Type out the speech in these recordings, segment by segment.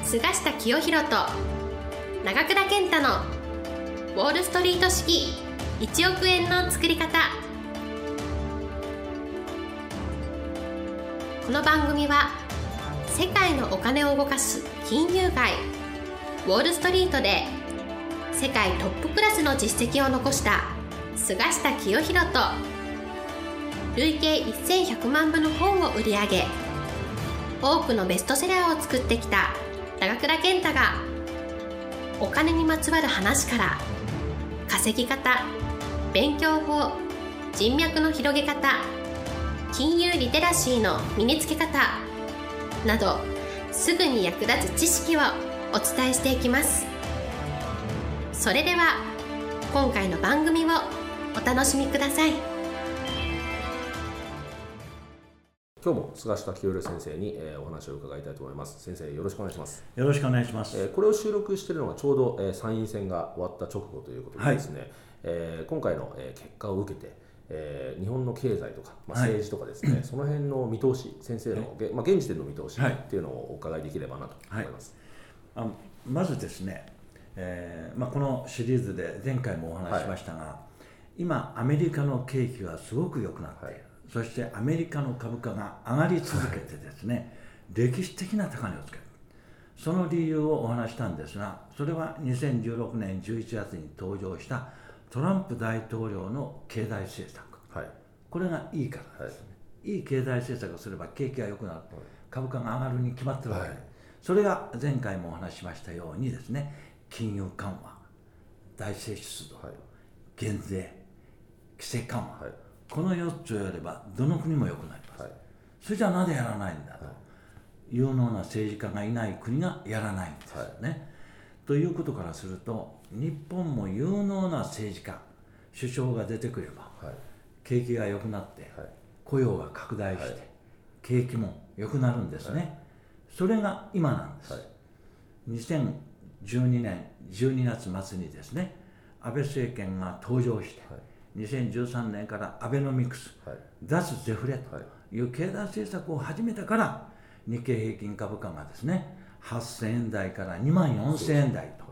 菅下清弘と長倉健太のウォールストリート式1億円の作り方。この番組は世界のお金を動かす金融街ウォールストリートで世界トップクラスの実績を残した菅下清弘と累計1100万部の本を売り上げ多くのベストセラーを作ってきた長倉健太がお金にまつわる話から稼ぎ方、勉強法、人脈の広げ方、金融リテラシーの身につけ方などすぐに役立つ知識をお伝えしていきます。それでは今回の番組をお楽しみください。 今日も菅下清弘先生にお話を伺いたいと思います。先生、よろしくお願いします。 よろしくお願いします。 これを収録しているのがちょうど参院選が終わった直後ということでですね、今回の結果を受けて日本の経済とか政治とかですね、その辺の見通し、先生の現時点の見通しっていうのをお伺いできればなと思います。 まずですね、このシリーズで前回もお話ししましたが、今アメリカの景気がすごく良くなっている、そしてアメリカの株価が上がり続けてですね、歴史的な高値をつける。その理由をお話したんですが、それは2016年11月に登場したトランプ大統領の経済政策、これがいいからですね、いい経済政策をすれば景気が良くなる、株価が上がるに決まってるわけです。それが前回もお話ししましたようにですね、金融緩和、財政出動、減税、規制緩和、この4つをやればどの国も良くなります。それじゃなぜやらないんだと、有能な政治家がいない国がやらないんですね。ということからすると、日本も有能な政治家、首相が出てくれば、景気が良くなって、雇用が拡大して、景気も良くなるんですね。それが今なんです。2012年12月末にですね、安倍政権が登場して、2013年からアベノミクス、脱デフレという経済政策を始めたから、日経平均株価がですね、8000円台から2万4000円台と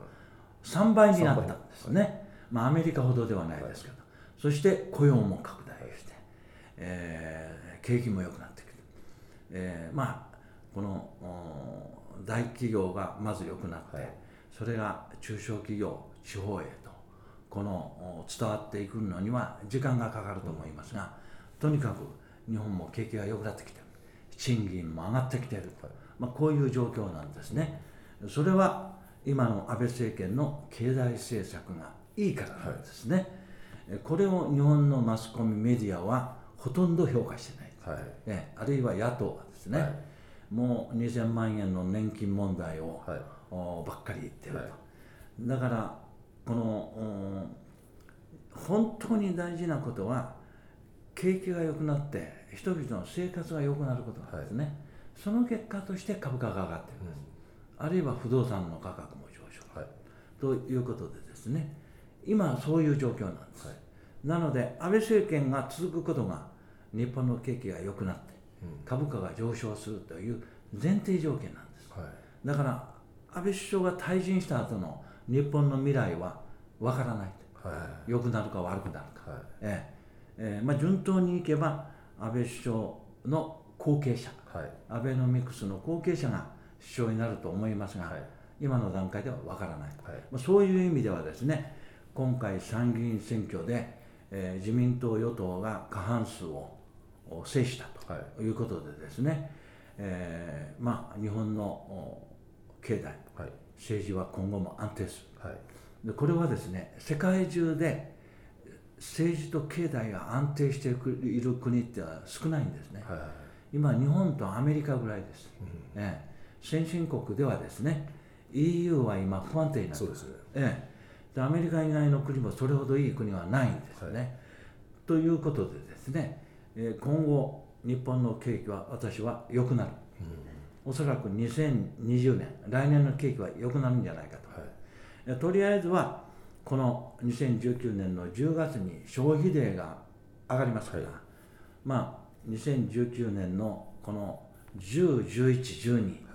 3倍になったんですね。アメリカほどではないですけど、そして雇用も拡大して、景気も良くなってきて、この大企業がまず良くなって、それが中小企業、地方へとこの伝わっていくのには時間がかかると思いますが、とにかく日本も景気が良くなってきている、賃金も上がってきている、こういう状況なんですね。それは今の安倍政権の経済政策がいいからなんですね。これを日本のマスコミメディアはほとんど評価してない、あるいは野党はですね、もう2000万円の年金問題を、ばっかり言ってると。だからこの本当に大事なことは、景気が良くなって人々の生活が良くなることなんですね。その結果として株価が上がっているんです。あるいは不動産の価格も上昇、ということでですね、今そういう状況なんです。なので安倍政権が続くことが日本の景気が良くなって、株価が上昇するという前提条件なんです。だから安倍首相が退陣した後の日本の未来はわからないと、良くなるか悪くなるか、順当にいけば安倍首相の後継者、アベノミクスの後継者が首相になると思いますが、今の段階ではわからない、そういう意味ではですね、今回参議院選挙で、自民党与党が過半数を制したということでですね、日本の経済、政治は今後も安定する、でこれはですね、世界中で政治と経済が安定している国って少ないんですね。今日本とアメリカぐらいです、先進国ではですね、 EU は今不安定になっています。でアメリカ以外の国もそれほどいい国はないんですね、ということでですね、今後日本の景気は私は良くなる、おそらく2020年、来年の景気は良くなるんじゃないかと、とりあえずはこの2019年の10月に消費税が上がりますから、2019年のこの10、11、12、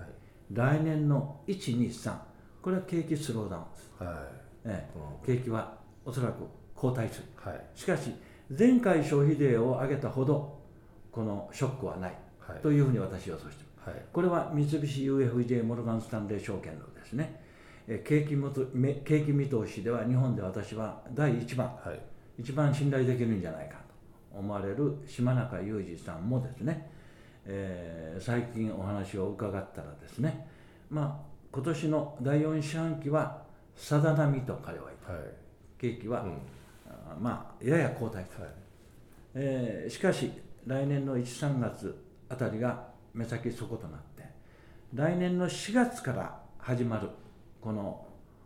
来年の1、2、3、これは景気スローダウンです。景気はおそらく後退する。しかし、前回消費税を上げたほど、このショックはないというふうに私は予想しています。これは三菱 UFJ モルガン・スタンレー証券のですね、景気見通しでは日本で私は第1番、一番信頼できるんじゃないかと思われる島中裕二さんもですね、最近お話を伺ったらですね、今年の第4四半期はさざ波と彼は言った、景気は、やや後退する、しかし来年の1、3月あたりが目先底となって、来年の4月から始まるこの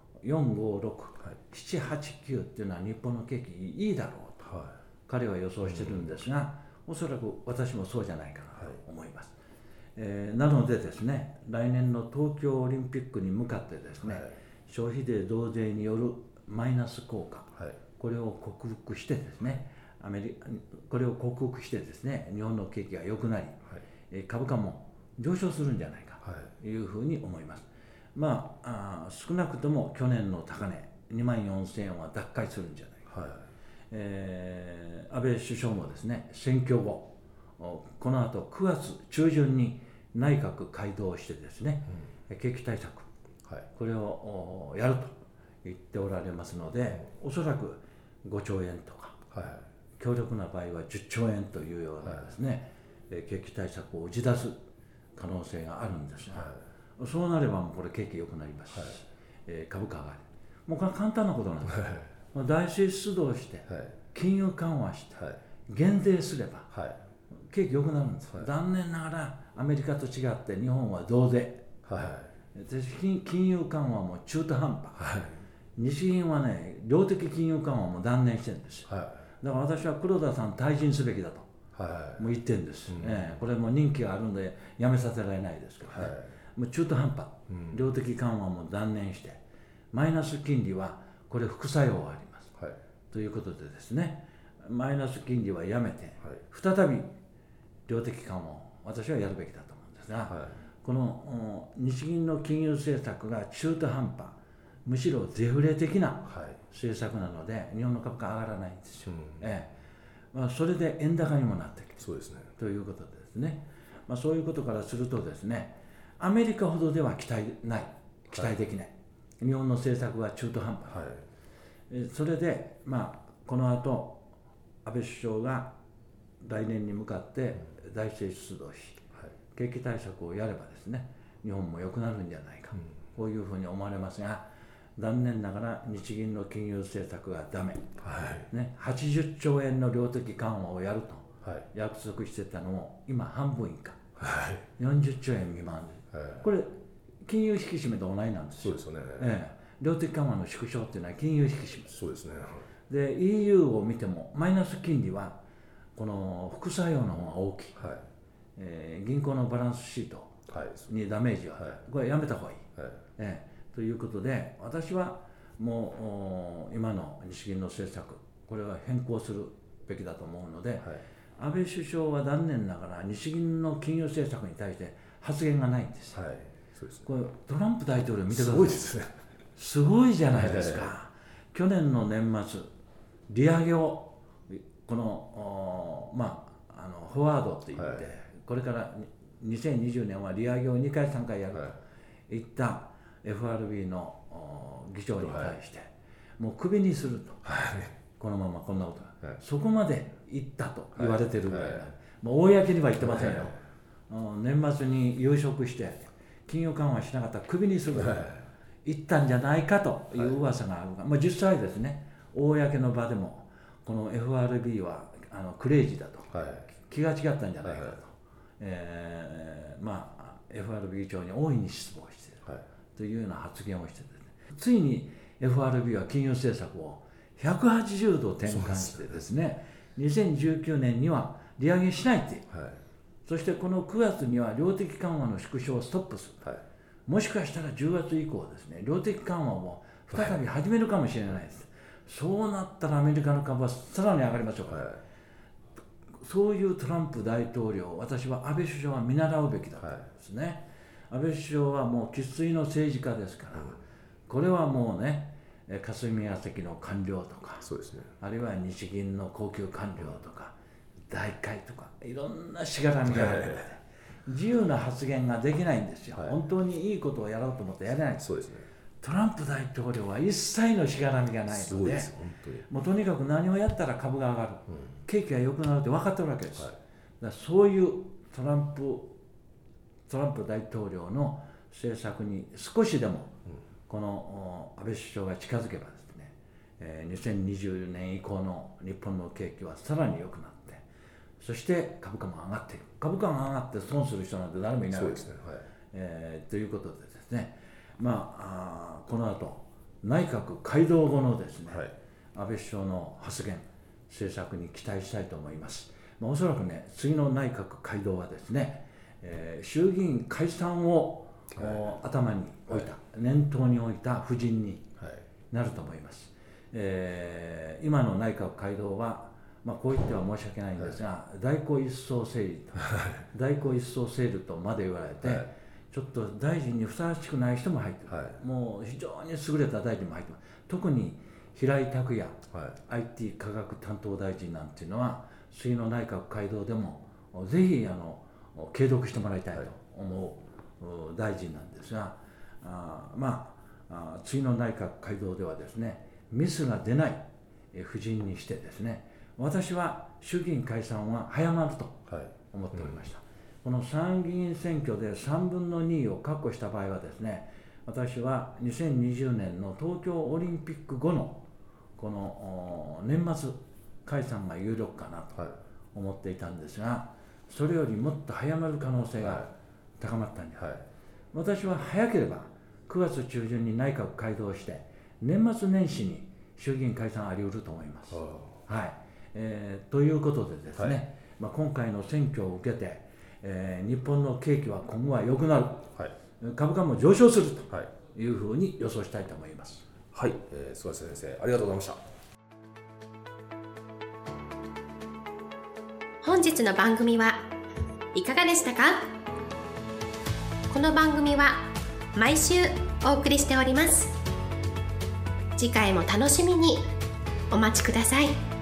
4、5、6、7、8、9っていうのは日本の景気いいだろうと、彼は予想してるんですが、おそらく私もそうじゃないかなと思います。なのでですね、来年の東京オリンピックに向かってですね、消費税増税によるマイナス効果、これを克服してですね、これを克服してですね、日本の景気が良くなり、株価も上昇するんじゃないかというふうに思います。少なくとも去年の高値24,000円は奪回するんじゃないか。安倍首相もですね、選挙後、この後9月中旬に内閣改造してですね、景気対策、これをやると言っておられますので、おそらく5兆円とか、強力な場合は10兆円というようなですね、景気対策を打ち出す可能性があるんですが、そうなればもうこれ景気良くなりますし、株価上がる。もうこれは簡単なことなんです。財政出動して、金融緩和して、減税すれば、景気良くなるんです。残念ながらアメリカと違って日本は増税、金融緩和も中途半端、日銀はね、量的金融緩和も断念してるんですよ。だから私は黒田さん退陣すべきだと、もう言ってるんです。これも任期があるのでやめさせられないですけどね、もう中途半端、量的緩和も断念して、マイナス金利はこれ副作用があります。ということでですね、マイナス金利はやめて、再び量的緩和を私はやるべきだと思うんですが、この日銀の金融政策が中途半端、むしろデフレ的な政策なので、日本の株価上がらないんですよ。それで円高にもなってきているということでですね、そういうことからするとですね、アメリカほどでは期待できない、日本の政策は中途半端、それで、この後安倍首相が来年に向かって財政出動し、景気対策をやればですね、日本も良くなるんじゃないか、こういうふうに思われますが、残念ながら日銀の金融政策がダメ、80兆円の量的緩和をやると約束してたのを今半分以下、40兆円未満で、これ金融引き締めと同じなんですよ。量的緩和の縮小っていうのは金融引き締め。で EU を見てもマイナス金利はこの副作用の方が大きい、銀行のバランスシートにダメージがある、これやめた方がいい、ということで、私はもう今の日銀の政策、これは変更するべきだと思うので、安倍首相は残念ながら日銀の金融政策に対して発言がないんです。これトランプ大統領見てください。すごいですね。すごいじゃないですか。去年の年末、利上げをこのフォワードといって、これから2020年は利上げを2回3回やるといった FRB の議長に対して、もうクビにすると、このままこんなことが、そこまで行ったと言われてるぐらいな、公には言ってませんよ。年末に夕食して金融緩和しなかったらクビにすると言ったんじゃないかという噂があるが、実際ですね、公の場でもこの FRB はクレイジーだと、気が違ったんじゃないかと、FRB 議長に大いに失望しているというような発言をしてですね、ついに FRB は金融政策を180度転換してですね、2019年には利上げしないっていう、そしてこの9月には量的緩和の縮小をストップする、もしかしたら10月以降ですね、量的緩和を再び始めるかもしれないです。そうなったらアメリカの株はさらに上がりますよ、そういうトランプ大統領、私は安倍首相は見習うべきだと思うんですね。 安倍首相はもう生粋の政治家ですから、これはもうね、霞が関の官僚とか、 そうですね、 あるいは日銀の高級官僚とか、大会とか、いろんなしがらみがあるので、自由な発言ができないんですよ、本当にいいことをやろうと思ってやれない。 そうですね。 トランプ大統領は一切のしがらみがないので、もうとにかく何をやったら株が上がる、景気が良くなるって分かってるわけです。だからそういうトランプ大統領の政策に少しでもこの安倍首相が近づけばですね、2020年以降の日本の景気はさらに良くなって、そして株価も上がっている。株価が上がって損する人なんて誰もいないわけです。ということでですね、この後内閣改造後のですね、安倍首相の発言、政策に期待したいと思います。おそらくね、次の内閣改造はですね、衆議院解散を、頭に置いた、念頭に置いた布陣になると思います。今の内閣改造は、こう言っては申し訳ないんですが、大根一掃整理と、大根一掃整理とまで言われて、ちょっと大臣にふさわしくない人も入っている、もう非常に優れた大臣も入っている。特に平井卓也、IT 科学担当大臣なんていうのは、次の内閣改造でもぜひ継続してもらいたいと思う大臣なんですが、次の内閣改造ではですね、ミスが出ない布陣にしてですね、私は衆議院解散は早まると思っておりました。この参議院選挙で3分の2を確保した場合はですね、私は2020年の東京オリンピック後のこの年末解散が有力かなと思っていたんですが、それよりもっと早まる可能性が高まったんです。私は早ければ9月中旬に内閣改造して年末年始に衆議院解散あり得ると思います。ということでですね、今回の選挙を受けて、日本の景気は今後は良くなる、株価も上昇するというふうに予想したいと思います。 菅先生、ありがとうございました。 本日の番組はいかがでしたか？この番組は毎週お送りしております。次回も楽しみにお待ちください。